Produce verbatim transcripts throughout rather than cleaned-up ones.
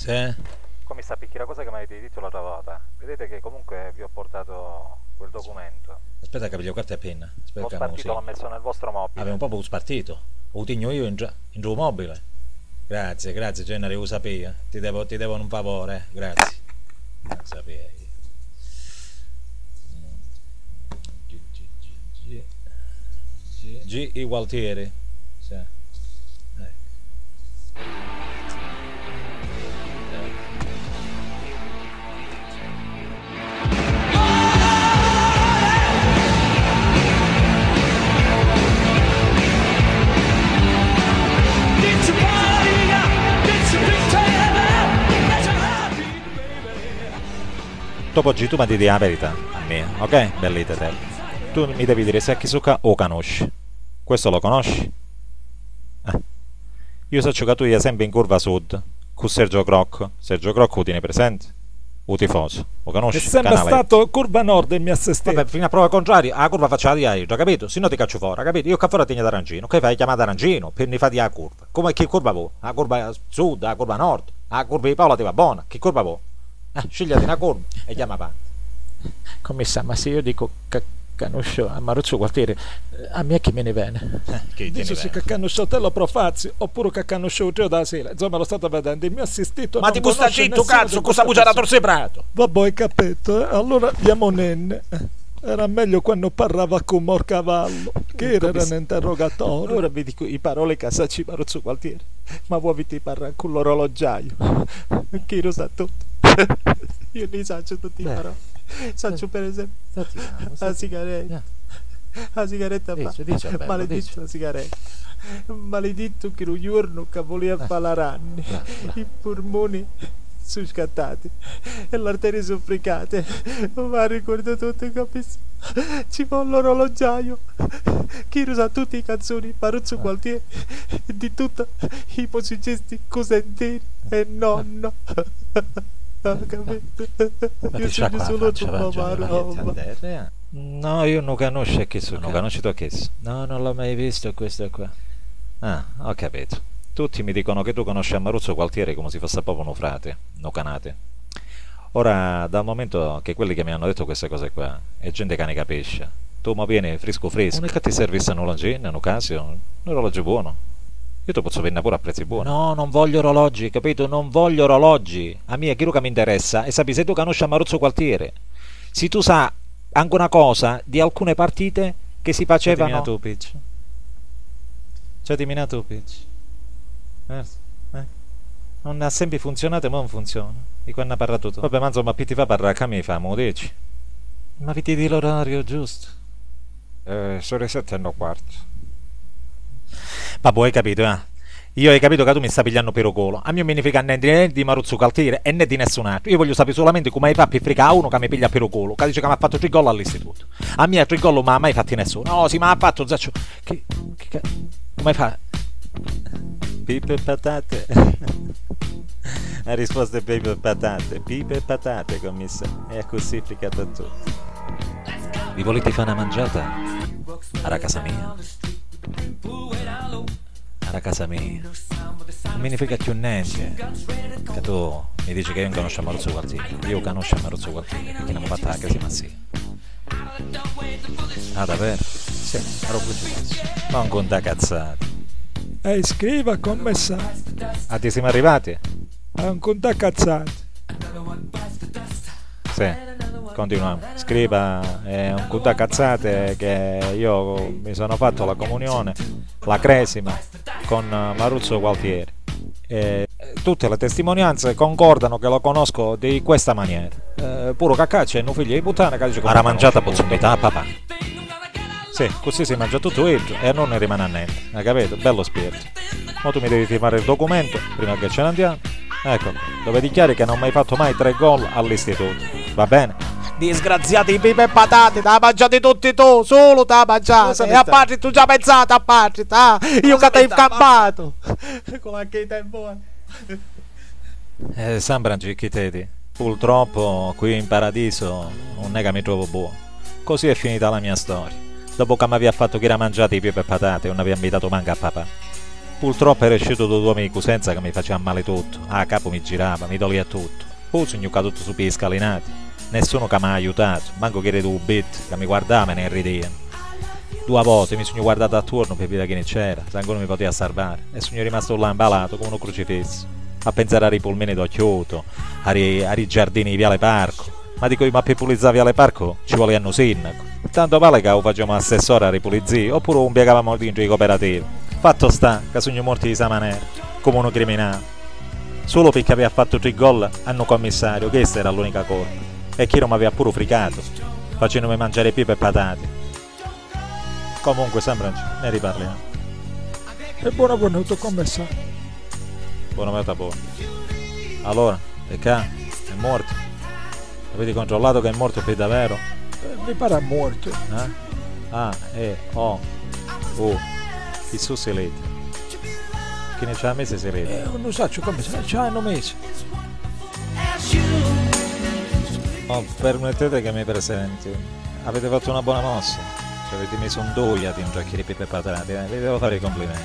Sì? Come sta picchi la cosa che mi avete detto l'altra volta? Vedete che comunque vi ho portato quel documento. Aspetta che piglio carta e penna. Aspetta L'ho che non spartito, l'ho segno. messo nel vostro mobile. Avevo proprio spartito. Lo tengo io in, già, in giù mobile. Grazie, grazie, Genere, lo sapevi. Ti devo, ti devo un favore, eh. Grazie. Non sapevi. G, G, G, G, G, G Gualtieri. Sì. Ecco. Dopo G tu mi devi dire la verità a me, ok? Bellite te. Tu mi devi dire se Kisuka o conosci. Questo lo conosci? Eh. Io so che tu sei sempre in curva sud con Sergio Crocco. Sergio Crocco lo tieni presente? O tifoso? Lo conosci? È sempre Canale. stato curva nord il mio assistente. Vabbè, fino a prova contraria, la curva faccia di hai già capito? Se no ti caccio fuori, capito? Io qua fuori tengo d'arancino, che fai chiamata arancino per ne fa di la curva. Come che curva vuoi? La curva sud, la curva nord, la curva di Paola ti va buona, che curva vuoi? Eh, scegliati una curva e chiama avanti. Commissario, ma se io dico che conosco a Maruzzo Gualtieri, a me che me ne viene? Eh, che Dice sì che conosco Tello Profazzi oppure che conosco Gio da sera. Insomma, lo state vedendo, il mio assistito ma non ti busta conosce zitto, nessuno cazzo, di cosa queste bugiata persone. torse prato? Vabbè, hai capito, eh? Allora diamo nenne. Era meglio quando parlava con Morcavallo, che era un interrogatorio. Ora vi dico i parole che sacci Maruzzo Gualtieri, ma vuoi ti parlare con l'orologiaio? Chi lo sa tutto? Io ne saccio tutti i parole. Saccio per esempio la sigaretta. La sigaretta fa. Maledetto la sigaretta. Maledetto che un giorno che voleva fare la ranni. I polmoni sono scattati e le arterie sono fricate. Ma ricordo tutto, capisci? Ci fa l'orologiaio che usa tutte le canzoni Maruzzo Gualtieri di tutti i musicisti cosentini e nonno. Capito? Io sono solo troppo roba. No, io non conosco che so. Non conosci tu che so? No, non l'ho mai visto questo qua. Ah, ho capito. Tutti mi dicono che tu conosci a Maruzzo Gualtieri come se fosse proprio un frate, no canate. Ora, dal momento che quelli che mi hanno detto queste cose qua è gente che ne capisce, tu mi vieni fresco fresco, non è che ti servisse un orologino, in occasione, un orologio buono. Io ti posso vendere pure a prezzi buoni. No, non voglio orologi, capito? Non voglio orologi. A me è quello che mi interessa e sappi se tu conosci a Maruzzo Gualtieri. Se tu sai anche una cosa di alcune partite che si facevano... C'è di pitch. C'è di minato pitch. Eh, eh. Non ha sempre funzionato, ma non funziona. Di quando ha parlato tu. Vabbè, ma insomma, più ti fa parlare a me fa, mo dici. Ma vi di l'orario giusto? Eh, sono le sette e un quarto. Vabbè, hai capito, eh? Io hai capito che tu mi stai pigliando per il culo. A me non mi frega niente né di Maruzzo Gualtieri e né di nessun altro. Io voglio sapere solamente come hai fatto per fregare uno che mi piglia per il culo, che dice che mi ha fatto tre gol all'istituto. A me tre gol non mi ha mai fatti nessuno. No, sì, ma ha fatto Zaccio. Che, che, che come fa? Pipe e patate. La risposta è pipe e patate. Pipe e patate, commissario. È così applicato a tutti. Vi volete fare una mangiata? Alla casa mia. Alla casa mia. Non me ne frega più niente. Che tu mi dici che io non conosco Maruzzo Gualtieri. Io conosco Maruzzo Gualtieri perché non mi ha fatto la crisi massiva. Ah, davvero? Sì, ero preciso. Non conta cazzate. E scriva commissario. Ah, ti siamo arrivati? Non conta cazzate. Sì, continuiamo. Scriva, è un conta cazzate che io mi sono fatto la comunione, la cresima, con Maruzzo Gualtieri. E tutte le testimonianze concordano che lo conosco di questa maniera. Eh, puro caccaccia e un figlio di puttana che dice che la mangiata possibilità a papà. Sì, così si mangia tutto il e non ne rimane a niente, hai capito? Bello spirito. Ma tu mi devi firmare il documento prima che ce ne andiamo. Ecco, dove dichiari che non hai mai fatto mai tre gol all'istituto. Va bene? Disgraziati pipe e patate, te la mangiate tutti tu, solo te la mangiate. E a parte tu già pensato a parte, ah, io che ti ho incampato. Come anche te buono. Eh, sembra Gichiteti. Purtroppo qui in paradiso non è che mi trovo buono. Così è finita la mia storia. Dopo che mi aveva fatto chi era mangiato i pipe e patate, non aveva invitato manca a papà. Purtroppo era uscito da tuo amico senza che mi faceva male tutto. Ah, capo mi girava, mi toglieva tutto. Poi sono caduto su piedi scalinati. Nessuno che mi ha aiutato, manco che era tu bit, che mi guardava e ne rideva. Due volte mi sono guardato attorno per vedere che ne c'era, se ancora mi poteva salvare, e sono rimasto là imbalato come un crocifisso, a pensare ai polmini d'Occhioto, ai, ai giardini di Viale Parco. Ma dico, ma per pulizzare Viale Parco ci voleva un sindaco. Tanto vale che lo facciamo assessore a ripulizzare, oppure lo impiegavamo dentro i cooperativi. Fatto sta che sono morti di sta maniera, come uno criminale. Solo perché aveva fatto tre gol hanno commissario, questa era l'unica colpa. E chi non mi aveva pure fricato, facendomi mangiare pipe e patate. Comunque, Sambranci, ne riparliamo. E buonanotte, commissario. Buonanotte a voi. Allora, e che? È morto? Avete controllato che è morto per davvero? Eh, mi pare morto. Eh? Ah, E, O, U. Chi su si lette? Chi ne c'ha mese si lette? Eh, non so, commissario, ci hanno messo. Oh, permettete che mi presenti. Avete fatto una buona mossa. Ci avete messo un doia dentro a chi ripepe patate. Eh? Vi devo fare i complimenti.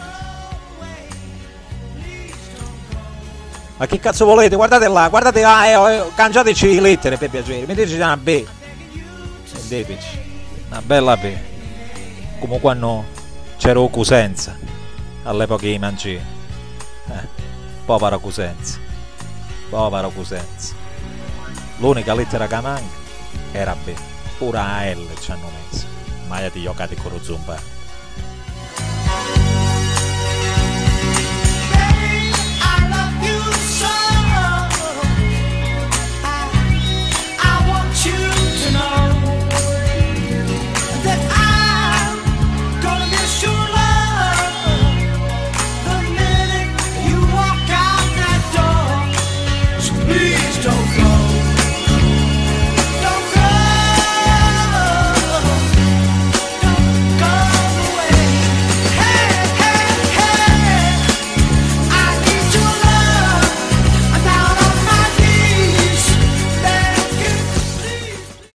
Ma che cazzo volete? Guardate là, guardate là, eh, eh, cangiateci le lettere per piacere. Metteteci una B. E deteci. Una bella B. Come quando c'ero Cusenza. All'epoca di Manci. Eh, povero Cusenza. Povero Cusenza. L'unica lettera che manca era B. Pure A L ci hanno messo. Mai ti giocate con lo zumba.